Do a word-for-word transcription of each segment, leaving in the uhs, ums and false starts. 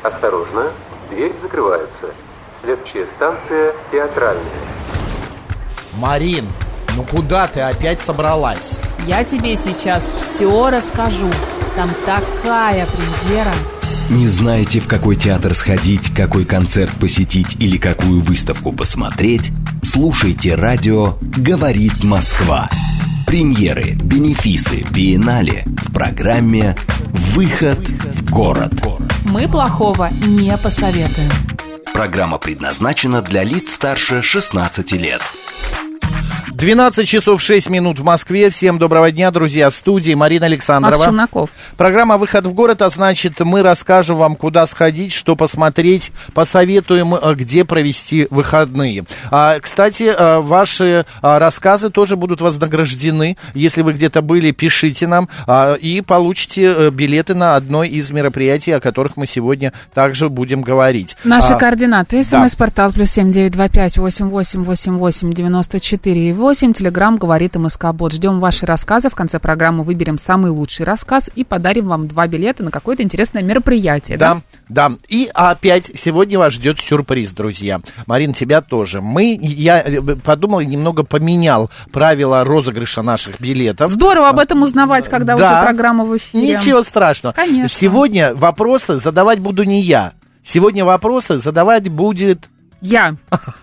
Осторожно, дверь закрывается. Следующая станция Театральная. Марин, ну куда ты опять собралась? Я тебе сейчас все расскажу. Там такая премьера. Не знаете, в какой театр сходить, какой концерт посетить или какую выставку посмотреть? Слушайте радио «Говорит Москва». Премьеры, бенефисы, биеннале в программе «Выход в город». Мы плохого не посоветуем. Программа предназначена для лиц старше шестнадцати лет. двенадцать часов шесть минут в Москве. Всем доброго дня, друзья. В студии Марина Александрова. Макс Челноков. Программа «Выход в город», а значит, мы расскажем вам, куда сходить, что посмотреть, посоветуем, где провести выходные. А, кстати, ваши рассказы тоже будут вознаграждены. Если вы где-то были, пишите нам а, и получите билеты на одно из мероприятий, о которых мы сегодня также будем говорить. Наши а, координаты. СМС-портал плюс семь девять два пять восемь восемь восемь восемь девяносто четыре восемь. Телеграм говорит МСК-бот. Ждем ваши рассказы. В конце программы выберем самый лучший рассказ и подарим вам два билета на какое-то интересное мероприятие. Да, да. да. И опять сегодня вас ждет сюрприз, друзья. Марин, тебя тоже. Мы, я подумал и немного поменял правила розыгрыша наших билетов. Здорово об этом узнавать, когда да. уже программа в эфире. Ничего страшного. Конечно. Сегодня вопросы задавать буду не я. Сегодня вопросы задавать будет... Я.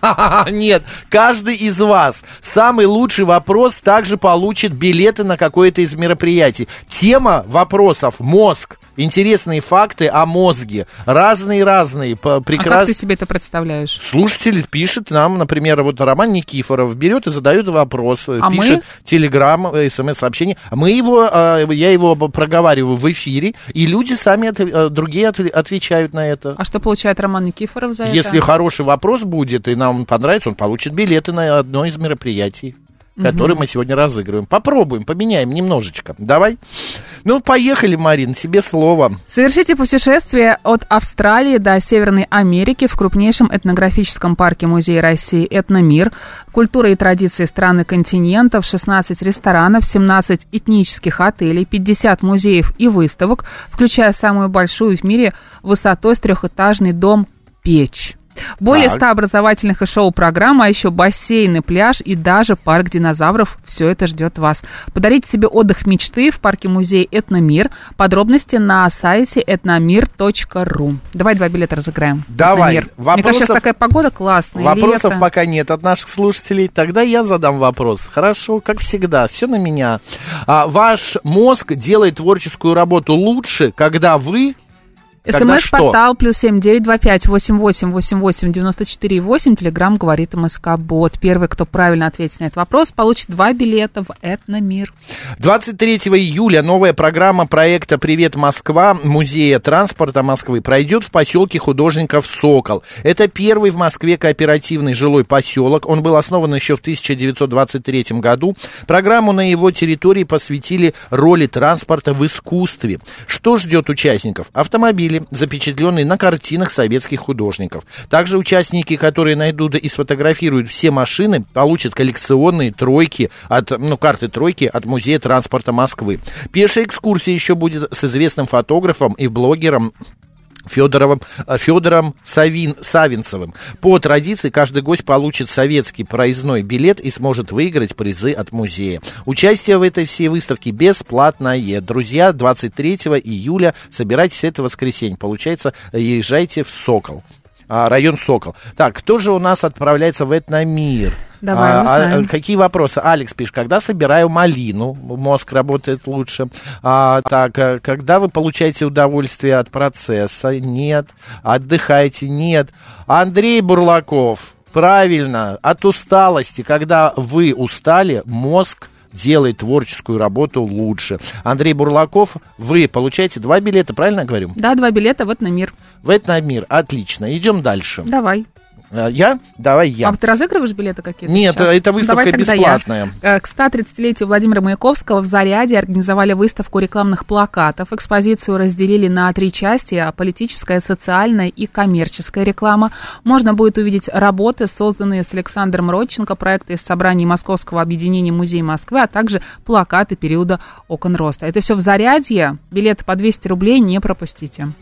Нет, каждый из вас самый лучший вопрос также получит билеты на какое-то из мероприятий. Тема вопросов — мозг. Интересные факты о мозге. Разные-разные. Прекрас... А как ты себе это представляешь? Слушатель пишет нам, например, вот Роман Никифоров берет и задает вопрос. А пишет мы? телеграм, смс-сообщение. Мы его, я его проговариваю в эфире, и люди сами, другие отвечают на это. А что получает Роман Никифоров за это? Если хороший вопрос будет, и нам понравится, он получит билеты на одно из мероприятий, который мы сегодня разыгрываем. Попробуем, поменяем немножечко. Давай. Ну, поехали, Марин, тебе слово. Совершите путешествие от Австралии до Северной Америки в крупнейшем этнографическом парке Музея России «Этномир». Культура и традиции стран и континентов, шестнадцать ресторанов, семнадцать этнических отелей, пятьдесят музеев и выставок, включая самую большую в мире высотой с трехэтажный дом «Печь». Более Так. ста образовательных и шоу-программ, а еще бассейн и пляж, и даже парк динозавров. Все это ждет вас. Подарите себе отдых мечты в парке-музее «Этномир». Подробности на сайте этномир точка ру. Давай два билета разыграем. Давай. Этномир. Вопросов... Мне кажется, сейчас такая погода классная. Вопросов лето. пока нет от наших слушателей. Тогда я задам вопрос. Хорошо, как всегда, все на меня. А, ваш мозг делает творческую работу лучше, когда вы... СМС-портал плюс семь девять два пять восемь восемь восемь восемь девяносто четыре восемь. Телеграм говорит МСК-бот. Первый, кто правильно ответит на этот вопрос, получит два билета в «Этномир». двадцать третьего июля новая программа проекта «Привет, Москва» Музея транспорта Москвы пройдет в поселке художников «Сокол». Это первый в Москве кооперативный жилой поселок. Он был основан еще в тысяча девятьсот двадцать третьем году. Программу на его территории посвятили роли транспорта в искусстве. Что ждет участников? Автомобили, запечатленные на картинах советских художников. Также участники, которые найдут и сфотографируют все машины, получат коллекционные тройки, от, ну, карты тройки от Музея транспорта Москвы. Пешая экскурсия еще будет с известным фотографом и блогером Федоровым, Федором Савин, Савинцевым. По традиции каждый гость получит советский проездной билет и сможет выиграть призы от музея. Участие в этой всей выставке бесплатное. Друзья, двадцать третьего июля собирайтесь, это воскресенье. Получается, езжайте в Сокол. Район Сокол. Так, кто же у нас отправляется в Этномир? Давай, а, узнаем. а, какие вопросы? Алекс пишет, когда собираю малину, мозг работает лучше. А, так, а, когда вы получаете удовольствие от процесса? Нет. Отдыхаете? Нет. Андрей Бурлаков, правильно, от усталости. Когда вы устали, мозг делает творческую работу лучше. Андрей Бурлаков, вы получаете два билета, правильно я говорю? Да, два билета в «Этномир». В «Этномир», отлично. Идем дальше. Давай. Я? Давай я. А ты разыгрываешь билеты какие-то? Нет, сейчас? это выставка Давай тогда бесплатная. Я. К ста тридцатилетию Владимира Маяковского в Заряде организовали выставку рекламных плакатов. Экспозицию разделили на три части: политическая, социальная и коммерческая реклама. Можно будет увидеть работы, созданные с Александром Родченко, проекты из собраний Московского объединения «Музей Москвы», а также плакаты периода «Окон роста». Это все в Зарядье. Билеты по двести рублей, не пропустите.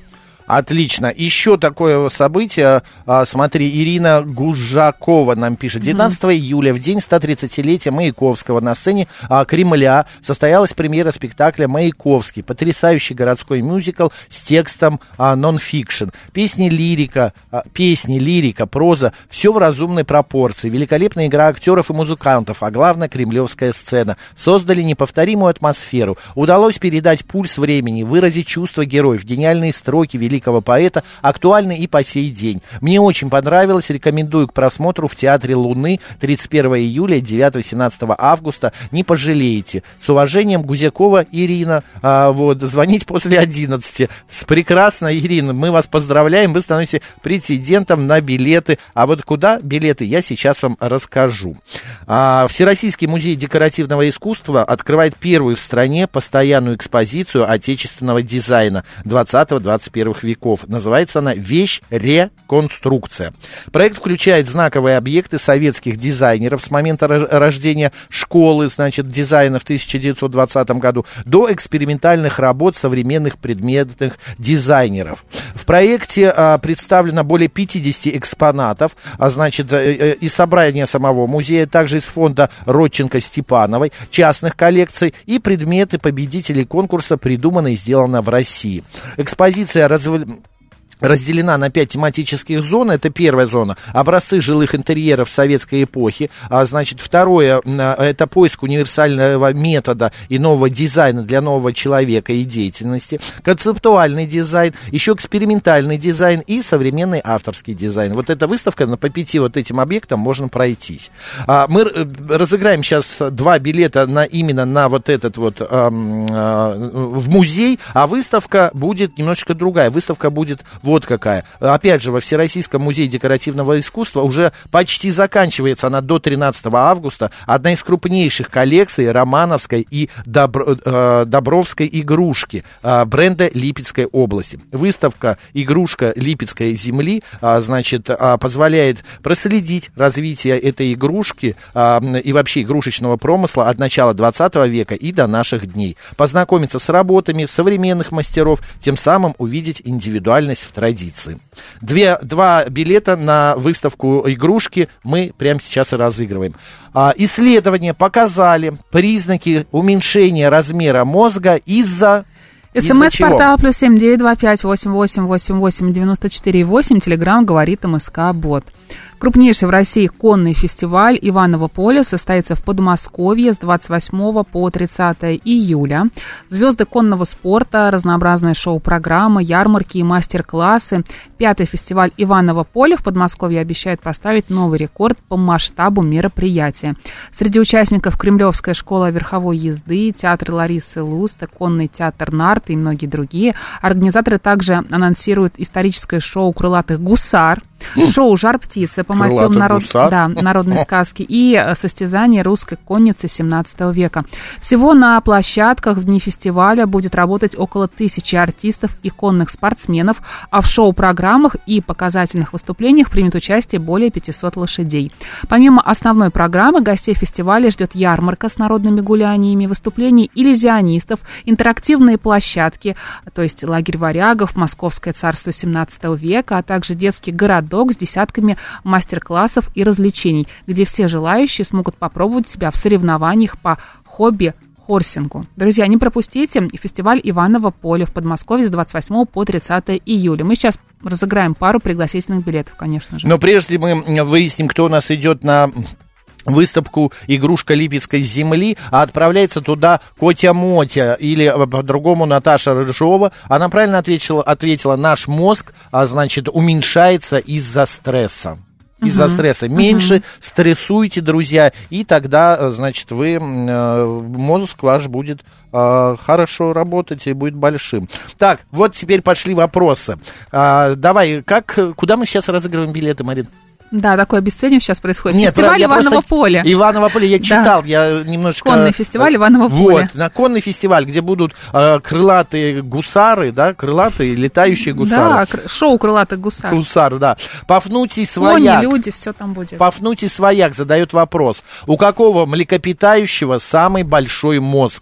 Отлично. Еще такое событие, а, смотри, Ирина Гужакова нам пишет. девятнадцатого июля, в день сто тридцатилетия Маяковского, на сцене а, Кремля состоялась премьера спектакля «Маяковский». Потрясающий городской мюзикл с текстом а, нон-фикшн. Песни, лирика, а, песни, лирика, проза, все в разумной пропорции. Великолепная игра актеров и музыкантов, а главное, кремлевская сцена. Создали неповторимую атмосферу. Удалось передать пульс времени, выразить чувства героев, гениальные строки великого великого поэта, актуальны и по сей день. Мне очень понравилось, рекомендую к просмотру в Театре Луны тридцать первого июля, девятого-семнадцатого августа. Не пожалеете. С уважением, Гузякова Ирина. А, вот, звонить после одиннадцати. С прекрасно, Ирина, мы вас поздравляем, вы становитесь претендентом на билеты. А вот куда билеты, я сейчас вам расскажу. А, Всероссийский музей декоративного искусства открывает первую в стране постоянную экспозицию отечественного дизайна двадцатого-двадцать первого веков. Называется она «Вещь-реконструкция». Проект включает знаковые объекты советских дизайнеров с момента рождения школы, значит, дизайна в тысяча девятьсот двадцатом году до экспериментальных работ современных предметных дизайнеров. В проекте а, представлено более пятидесяти экспонатов, а, значит, из собрания самого музея, также из фонда Родченко-Степановой, частных коллекций и предметы победителей конкурса «Придумано и сделано в России». Экспозиция развивается разделена на пять тематических зон. Это первая зона — образцы жилых интерьеров советской эпохи. А, значит, второе — это поиск универсального метода и нового дизайна для нового человека и деятельности. Концептуальный дизайн, еще экспериментальный дизайн и современный авторский дизайн. Вот эта выставка, по пяти вот этим объектам можно пройтись. А, мы разыграем сейчас два билета на, именно на вот этот вот а, а, в музей, а выставка будет немножечко другая. Выставка будет вот какая. Опять же, во Всероссийском музее декоративного искусства уже почти заканчивается она до тринадцатого августа. Одна из крупнейших коллекций романовской и добро, э, добровской игрушки э, бренда Липецкой области. Выставка «Игрушка Липецкой земли» э, значит, э, позволяет проследить развитие этой игрушки э, и вообще игрушечного промысла от начала двадцатого века и до наших дней. Познакомиться с работами современных мастеров, тем самым увидеть индивидуальность в традиции. Две, два билета на выставку игрушки мы прямо сейчас и разыгрываем. А, исследования показали признаки уменьшения размера мозга из-за... СМС-портал плюс семь девять два пять восемь восемь восемь восемь девяносто четыре восемь. Телеграм говорит МСК Бот. Крупнейший в России конный фестиваль Иваново поле состоится в Подмосковье с двадцать восьмого по тридцатое июля. Звезды конного спорта, разнообразная шоу-программа, ярмарки и мастер-классы. Пятый фестиваль Иваново поле в Подмосковье обещает поставить новый рекорд по масштабу мероприятия. Среди участников Кремлевская школа верховой езды, театр Ларисы Луста, конный театр Нарт и многие другие. Организаторы также анонсируют историческое шоу крылатых гусар, шоу «Жар-птица» по мотивам народ... да, народной сказки и состязание русской конницы семнадцатого века. Всего на площадках в дни фестиваля будет работать около тысячи артистов и конных спортсменов, а в шоу-программах и показательных выступлениях примет участие более пятисот лошадей. Помимо основной программы, гостей фестиваля ждет ярмарка с народными гуляниями, выступления иллюзионистов, интерактивные площадки, то есть лагерь варягов, Московское царство семнадцатого века, а также детский городок с десятками мастер-классов и развлечений, где все желающие смогут попробовать себя в соревнованиях по хобби-хорсингу. Друзья, не пропустите фестиваль Иваново поле в Подмосковье с двадцать восьмого по тридцатое июля. Мы сейчас разыграем пару пригласительных билетов, конечно же. Но прежде мы выясним, кто у нас идет на выставку «Игрушка Липецкой земли», а отправляется туда Котя Мотя, или по-другому Наташа Рыжова. Она правильно ответила, ответила: наш мозг, а, значит, уменьшается из-за стресса. Из-за uh-huh. стресса. Меньше uh-huh. стрессуйте, друзья, и тогда, значит, вы, э, мозг ваш будет э, хорошо работать и будет большим. Так, вот теперь пошли вопросы. А, давай, как, куда мы сейчас разыгрываем билеты, Марин? Да, такое обесценивание сейчас происходит. Нет, фестиваль Иваново поле. Иваново поле, я читал, да. я немножко... Конный фестиваль Иваново вот, поле. На конный фестиваль, где будут э, крылатые гусары, да, крылатые летающие гусары. Да, шоу крылатых гусар. Гусар, да. Пафнутий Свояк. Кони, люди, все там будет. Пафнутий Свояк задает вопрос: у какого млекопитающего самый большой мозг?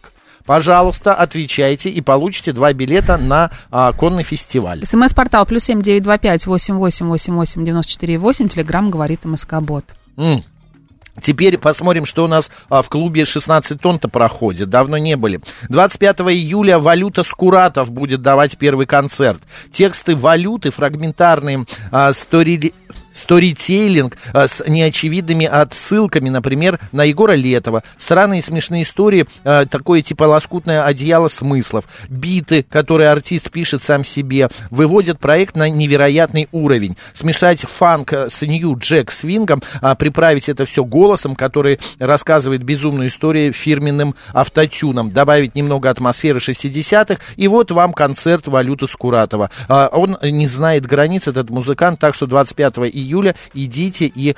Пожалуйста, отвечайте и получите два билета на а, конный фестиваль. СМС-портал плюс семь девять два пять восемь восемь восемь восемь девяносто четыре восемь. Телеграм говорит МСК-бот. Mm. Теперь посмотрим, что у нас а, в клубе шестнадцать тонн-то проходит. Давно не были. двадцать пятого июля «Валюта Скуратов» будет давать первый концерт. Тексты «Валюты», фрагментарные а, стори... сторителлинг а, с неочевидными отсылками, например, на Егора Летова. Странные и смешные истории, а, такое типа лоскутное одеяло смыслов. Биты, которые артист пишет сам себе, выводят проект на невероятный уровень. Смешать фанк с нью-джек-свингом, а, приправить это все голосом, который рассказывает безумную историю фирменным автотюном, добавить немного атмосферы шестидесятых, и вот вам концерт «Валюты Скуратова». А, он не знает границ, этот музыкант, так что двадцать пятого июля июля идите и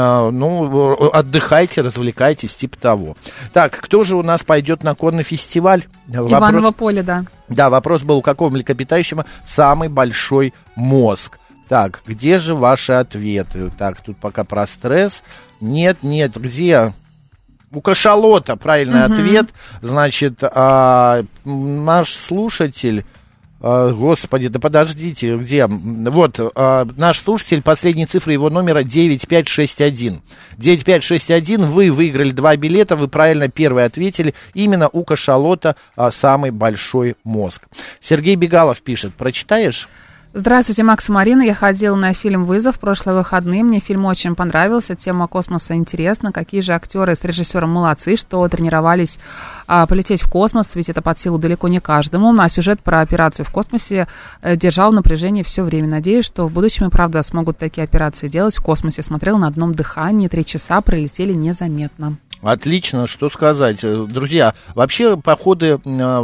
ну, отдыхайте, развлекайтесь, типа того. Так, кто же у нас пойдет на конный фестиваль? Иваново вопрос... поле, да. Да, вопрос был, у какого млекопитающего самый большой мозг? Так, где же ваши ответы? Так, тут пока про стресс. Нет, нет, где... У кашалота правильный uh-huh. ответ. Значит, а, наш слушатель... Господи, да подождите, где? Вот, а, наш слушатель, последние цифры его номера девять пять шесть один. девять пять шесть один, вы выиграли два билета, вы правильно первые ответили. Именно у кашалота а, самый большой мозг. Сергей Бегалов пишет, прочитаешь? Здравствуйте, Макс и Марина. Я ходила на фильм «Вызов» в прошлые выходные. Мне фильм очень понравился. Тема космоса интересна. Какие же актеры с режиссером молодцы, что тренировались а, полететь в космос, ведь это под силу далеко не каждому. А сюжет про операцию в космосе э, держал напряжение все время. Надеюсь, что в будущем и правда смогут такие операции делать в космосе. Смотрел на одном дыхании. Три часа пролетели незаметно. Отлично, что сказать. Друзья, вообще походы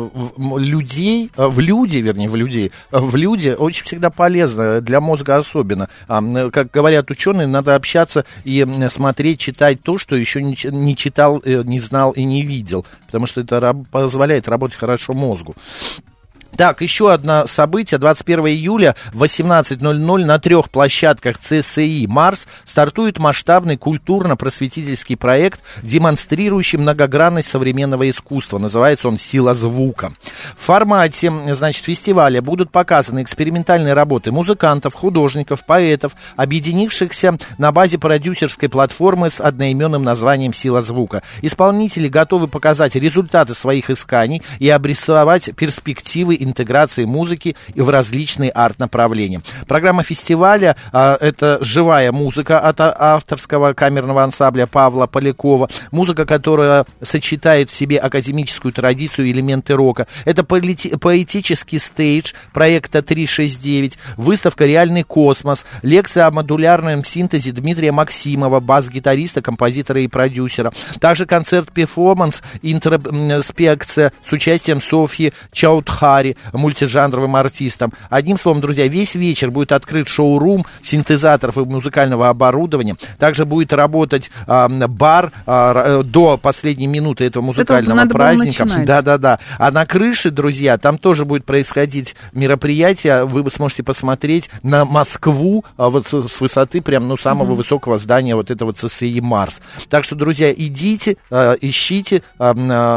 в людей, в люди, вернее, в людей, в люди очень всегда полезно, для мозга особенно. Как говорят ученые, надо общаться и смотреть, читать то, что еще не читал, не знал и не видел, потому что это позволяет работать хорошо мозгу. Так, еще одно событие. двадцать первого июля в восемнадцать ноль ноль на трех площадках ЦСИ «Марс» стартует масштабный культурно-просветительский проект, демонстрирующий многогранность современного искусства. Называется он «Сила звука». В формате, значит, фестиваля будут показаны экспериментальные работы музыкантов, художников, поэтов, объединившихся на базе продюсерской платформы с одноименным названием «Сила звука». Исполнители готовы показать результаты своих исканий и обрисовать перспективы интеграции музыки в различные арт-направления. Программа фестиваля а, это живая музыка от авторского камерного ансамбля Павла Полякова, музыка, которая сочетает в себе академическую традицию и элементы рока. Это полити- поэтический стейдж проекта триста шестьдесят девять, выставка «Реальный космос», лекция о модулярном синтезе Дмитрия Максимова, бас-гитариста, композитора и продюсера. Также концерт-перформанс «Интроспекция» с участием Софьи Чаудхари, мультижанровым артистом. Одним словом, друзья, весь вечер будет открыт шоу-рум синтезаторов и музыкального оборудования. Также будет работать э, бар э, до последней минуты этого музыкального это праздника. Да-да-да. А на крыше, друзья, там тоже будет происходить мероприятие. Вы сможете посмотреть на Москву а, вот с, с высоты прям ну, самого mm-hmm. высокого здания вот этого ЦСИ «Марс». Так что, друзья, идите, э, ищите э,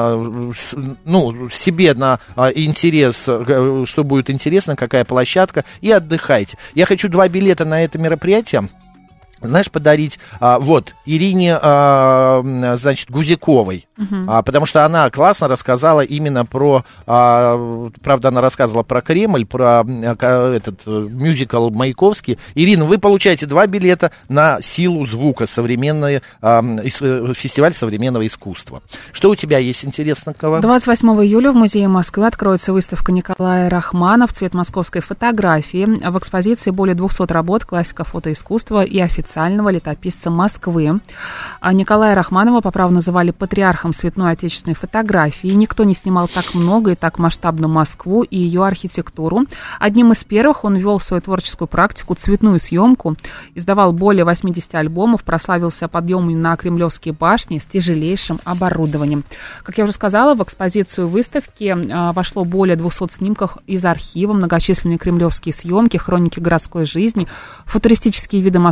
э, с, ну, себе на э, интерес, что будет интересно, какая площадка, и отдыхайте. Я хочу два билета на это мероприятие, знаешь, подарить а, вот Ирине, а, значит, Гузяковой, uh-huh. а, потому что она классно рассказала именно про, а, правда, она рассказывала про Кремль, про а, этот мюзикл Маяковский. Ирина, вы получаете два билета на «Силу звука», современный а, фестиваль современного искусства. Что у тебя есть интересного? двадцать восьмого июля в Музее Москвы откроется выставка Николая Рахманова «Цвет московской фотографии». В экспозиции более двухсот работ классика фотоискусства и официального летописца Москвы. А Николая Рахманова по праву называли патриархом цветной отечественной фотографии. Никто не снимал так много и так масштабно Москву и ее архитектуру. Одним из первых он ввел в свою творческую практику цветную съемку, издавал более восьмидесяти альбомов, прославился подъемами на Кремлевские башни с тяжелейшим оборудованием. Как я уже сказала, в экспозицию выставки а, вошло более двухсот снимков из архива, многочисленные кремлевские съемки, хроники городской жизни, футуристические виды московской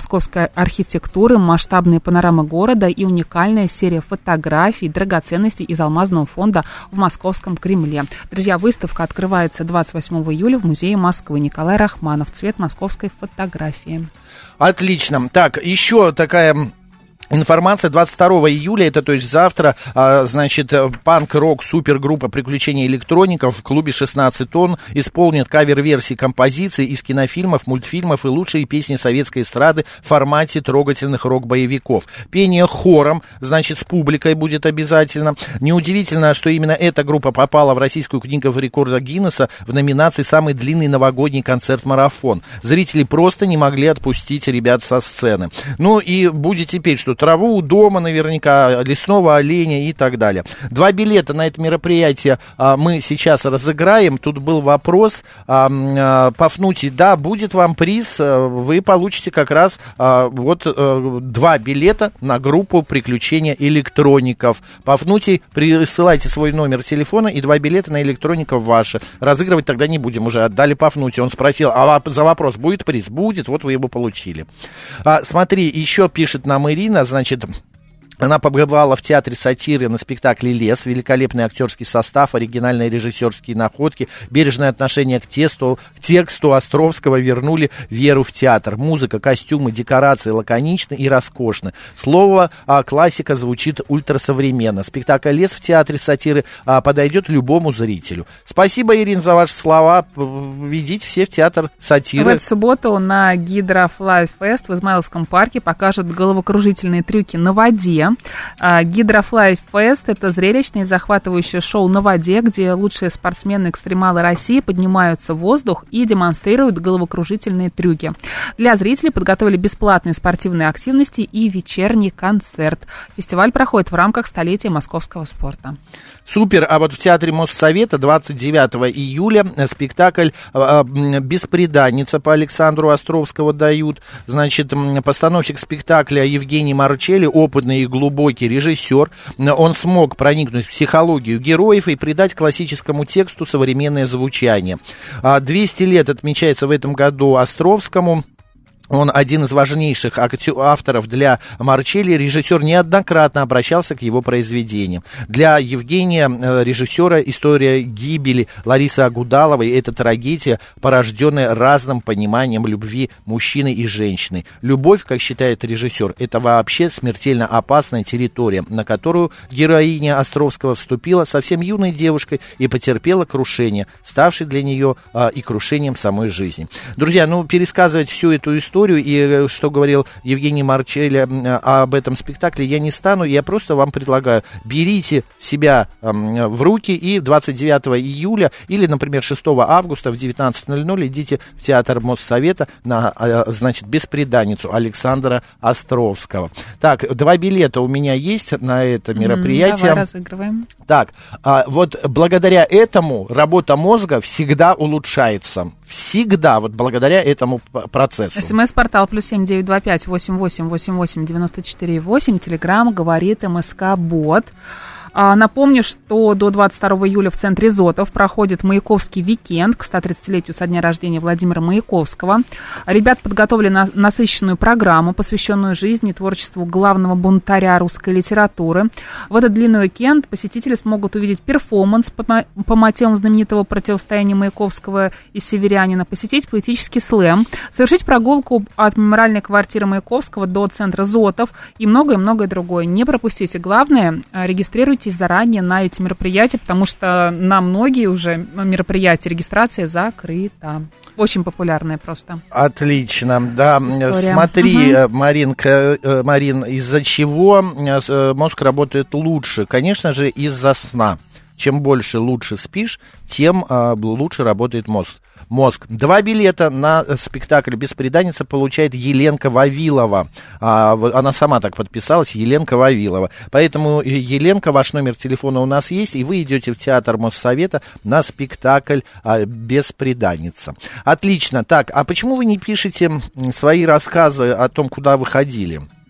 архитектуры, масштабные панорамы города и уникальная серия фотографий, драгоценностей из алмазного фонда в Московском Кремле. Друзья, выставка открывается двадцать восьмого июля в Музее Москвы. Николай Рахманов. Цвет московской фотографии. Отлично. Так, еще такая... информация: двадцать второго июля, это то есть завтра, а, значит, панк-рок супергруппа «Приключения электроников» в клубе шестнадцать тонн исполнит кавер-версии композиций из кинофильмов, мультфильмов и лучшие песни советской эстрады в формате трогательных рок-боевиков. Пение хором, значит, с публикой будет обязательно. Неудивительно, что именно эта группа попала в Российскую книгу рекорда Гиннесса в номинации «Самый длинный новогодний концерт-марафон». Зрители просто не могли отпустить ребят со сцены. Ну и будете петь, что траву у дома наверняка, лесного оленя и так далее. Два билета на это мероприятие а, мы сейчас разыграем. Тут был вопрос, а, а, Пафнутий, да, будет вам приз, а, вы получите как раз а, вот а, два билета на группу «Приключения электроников». Пафнутий, присылайте свой номер телефона, и два билета на электроников ваши. Разыгрывать тогда не будем, уже отдали Пафнутию. Он спросил, а за вопрос будет приз? Будет, вот вы его получили. А, смотри, еще пишет нам Ирина, значит... Она побывала в театре сатиры на спектакле «Лес». Великолепный актерский состав, оригинальные режиссерские находки, бережное отношение к тексту, к тексту Островского вернули веру в театр. Музыка, костюмы, декорации лаконичны и роскошны. Слово а, классика звучит ультрасовременно. Спектакль «Лес» в театре сатиры а, подойдет любому зрителю. Спасибо, Ирина, за ваши слова. Идите все в театр сатиры. В эту субботу на Гидрофлай Фест в Измайловском парке покажут головокружительные трюки на воде. Гидрофлай Фест — это зрелищное и захватывающее шоу на воде, где лучшие спортсмены-экстремалы России поднимаются в воздух и демонстрируют головокружительные трюки. Для зрителей подготовили бесплатные спортивные активности и вечерний концерт. Фестиваль проходит в рамках столетия московского спорта. Супер. А вот в Театре Моссовета двадцать девятого июля спектакль «Бесприданница» по Александру Островскому дают. Значит, постановщик спектакля Евгений Марчелли, опытный и глубокий режиссер. Он смог проникнуть в психологию героев и придать классическому тексту современное звучание. двести лет отмечается в этом году Островскому. Он один из важнейших авторов для Марчелли. Режиссер неоднократно обращался к его произведениям. Для Евгения, режиссера, история гибели Ларисы Агудаловой — это трагедия, порожденная разным пониманием любви мужчины и женщины. Любовь, как считает режиссер, это вообще смертельно опасная территория, на которую героиня Островского вступила совсем юной девушкой и потерпела крушение, ставшее для нее а, и крушением самой жизни. Друзья, ну, пересказывать всю эту историю и что говорил Евгений Марчелли об этом спектакле я не стану. Я просто вам предлагаю: берите себя в руки и двадцать девятого июля или, например, шестого августа в девятнадцать ноль ноль идите в Театр Моссовета на, значит, «Бесприданницу» Александра Островского. Так, два билета у меня есть на это мероприятие. Давай разыгрываем. Так, вот благодаря этому работа мозга всегда улучшается. Всегда, вот благодаря этому процессу. СМС-портал плюс семь девять два пять восемь восемь восемь восемь девяносто четыре восемь. Телеграм говорит МСК-бот. Напомню, что до двадцать второго июля в центре Зотов проходит Маяковский уикенд к ста тридцатилетию со дня рождения Владимира Маяковского. Ребят подготовили на насыщенную программу, посвященную жизни и творчеству главного бунтаря русской литературы. В этот длинный уикенд посетители смогут увидеть перформанс по, по мотивам знаменитого противостояния Маяковского и северянина, посетить поэтический слэм, совершить прогулку от мемориальной квартиры Маяковского до центра Зотов и многое-многое другое. Не пропустите. Главное, регистрируйтесь заранее на эти мероприятия, потому что на многие уже мероприятия регистрация закрыта. Очень популярная просто. Отлично, да. История. Смотри, угу. Маринка, Марин, из-за чего мозг работает лучше? Конечно же, из-за сна. Чем больше лучше спишь, тем а, лучше работает мозг. Мозг. Два билета на спектакль «Бесприданница» получает Еленка Вавилова. А, она сама так подписалась, Еленка Вавилова. Поэтому, Еленка, ваш номер телефона у нас есть, и вы идете в Театр Моссовета на спектакль а, «Бесприданница». Отлично. Так, а почему вы не пишете свои рассказы о том, куда вы ходили?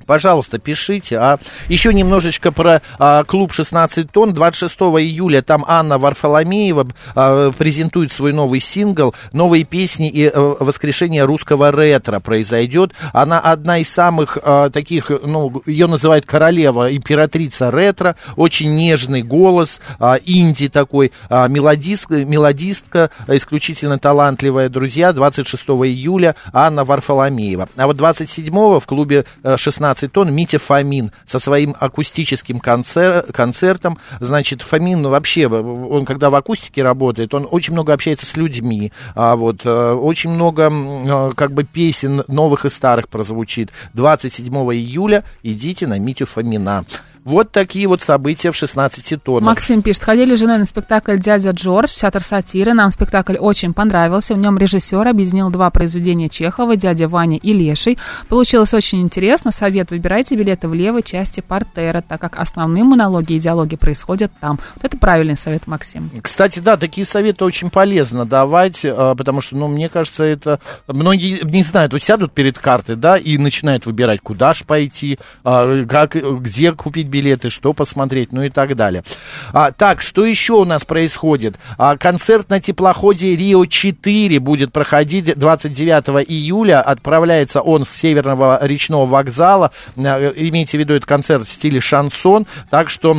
Пожалуйста, пишите. А еще немножечко про а, клуб шестнадцать тонн. двадцать шестого июля там Анна Варфоломеева а, презентует свой новый сингл. Новые песни и а, воскрешение русского ретро произойдет. Она одна из самых а, таких, ну, ее называют королева, императрица ретро. Очень нежный голос, а, инди такой, а, мелодист, мелодистка, исключительно талантливая. Друзья, двадцать шестого июля Анна Варфоломеева. А вот двадцать седьмого в клубе шестнадцать тонн Митя Фомин со своим акустическим концер, концертом. Значит, Фомин вообще, он когда в акустике работает, он очень много общается с людьми, а вот очень много как бы песен новых и старых прозвучит. двадцать седьмого июля идите на Митю Фомина. Вот такие вот события в шестнадцати тоннах. Максим пишет, ходили с женой на спектакль «Дядя Джордж» в театр сатиры. Нам спектакль очень понравился. В нем режиссер объединил два произведения Чехова, «Дядя Ваня» и «Леший». Получилось очень интересно. Совет: выбирайте билеты в левой части партера, так как основные монологи и диалоги происходят там. Вот это правильный совет, Максим. Кстати, да, такие советы очень полезно давать, потому что, ну, мне кажется, это... Многие не знают, вот сядут перед картой, да, и начинают выбирать, куда ж пойти, как, где купить билеты. билеты, что посмотреть, ну и так далее. А, так, что еще у нас происходит? А, концерт на теплоходе Рио четыре будет проходить двадцать девятого июля. Отправляется он с Северного речного вокзала. А, имейте в виду, это концерт в стиле шансон. Так что...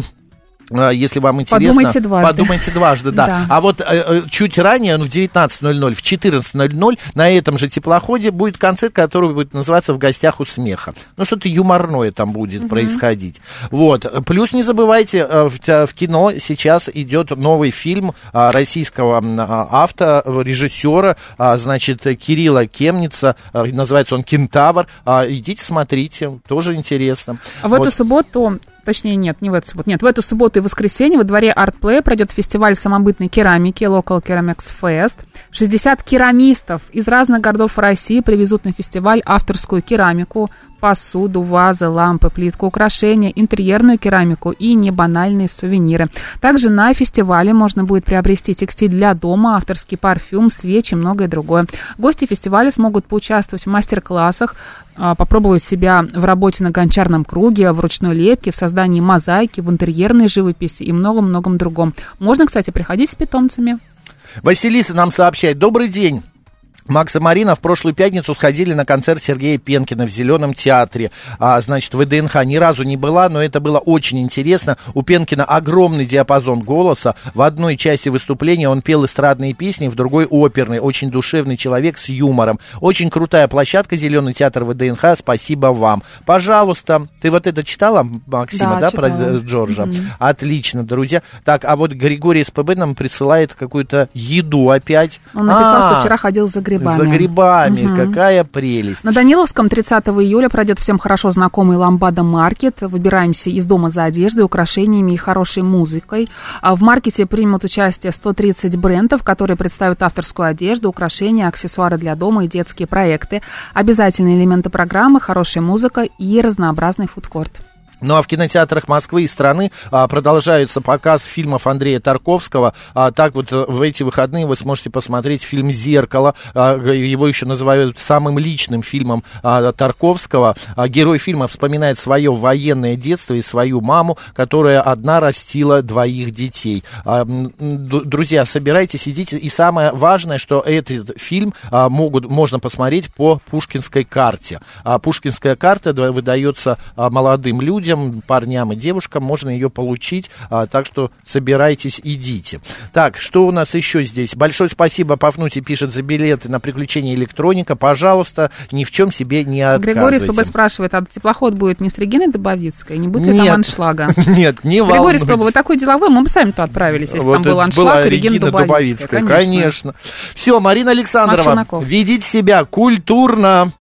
Если вам интересно, подумайте дважды. Подумайте дважды, да. да. А вот э, чуть ранее, ну, в девятнадцать ноль ноль, в четырнадцать ноль ноль на этом же теплоходе будет концерт, который будет называться «В гостях у смеха». Ну, что-то юморное там будет uh-huh. происходить. Вот. Плюс не забывайте, в, в кино сейчас идет новый фильм а, российского а, авторежиссера, а, значит, Кирилла Кемница. А, называется он «Кентавр». А, идите, смотрите, тоже интересно. А в вот. эту субботу... Точнее, нет, не в эту субботу. Нет, в эту субботу и воскресенье во дворе Артплея пройдет фестиваль самобытной керамики Local Ceramics Fest. шестьдесят керамистов из разных городов России привезут на фестиваль авторскую керамику, посуду, вазы, лампы, плитку, украшения, интерьерную керамику и небанальные сувениры. Также на фестивале можно будет приобрести текстиль для дома, авторский парфюм, свечи и многое другое. Гости фестиваля смогут поучаствовать в мастер-классах, попробовать себя в работе на гончарном круге, в ручной лепке, в создании мозаики, в интерьерной живописи и многом-многом другом. Можно, кстати, приходить с питомцами. Василиса нам сообщает: добрый день. Макс и Марина в прошлую пятницу сходили на концерт Сергея Пенкина в Зеленом театре. А, значит, в ВДНХ ни разу не была, но это было очень интересно. У Пенкина огромный диапазон голоса. В одной части выступления он пел эстрадные песни, в другой оперные. Очень душевный человек с юмором. Очень крутая площадка, Зеленый театр ВДНХ. Спасибо вам. Пожалуйста. Ты вот это читала, Максима, да, да про Джорджа? Mm-hmm. Отлично, друзья. Так, а вот Григорий СПБ нам присылает какую-то еду опять. Он написал, А-а-а. что вчера ходил за грибами. За грибами, угу. Какая прелесть. На Даниловском тридцатого июля пройдет всем хорошо знакомый Ламбада Маркет. Выбираемся из дома за одеждой, украшениями и хорошей музыкой. В маркете примут участие сто тридцать брендов, которые представят авторскую одежду, украшения, аксессуары для дома и детские проекты. Обязательные элементы программы, хорошая музыка и разнообразный фудкорт. Ну а в кинотеатрах Москвы и страны а, продолжается показ фильмов Андрея Тарковского. А, так вот в эти выходные вы сможете посмотреть фильм «Зеркало». А, его еще называют самым личным фильмом а, Тарковского. А, герой фильма вспоминает свое военное детство и свою маму, которая одна растила двоих детей. А, друзья, собирайтесь, идите. И самое важное, что этот фильм а, могут, можно посмотреть по Пушкинской карте. А, Пушкинская карта выдается а, молодым людям, парням и девушкам, можно ее получить, а, так что собирайтесь, идите. Так, что у нас еще здесь? Большое спасибо, Пафнутий пишет, за билеты на «Приключения электроника». Пожалуйста, ни в чем себе не отказывайте. Григорий СПБ спрашивает, а теплоход будет не с Региной Дубовицкой? Не будет ли там аншлага? Нет, не волнуйтесь. Григорий СПБ, вы такой деловой, мы бы сами туда отправились, если вот там был аншлаг и Регина Дубовицкая. Конечно. Конечно. Все, Марина Александрова, ведите себя культурно.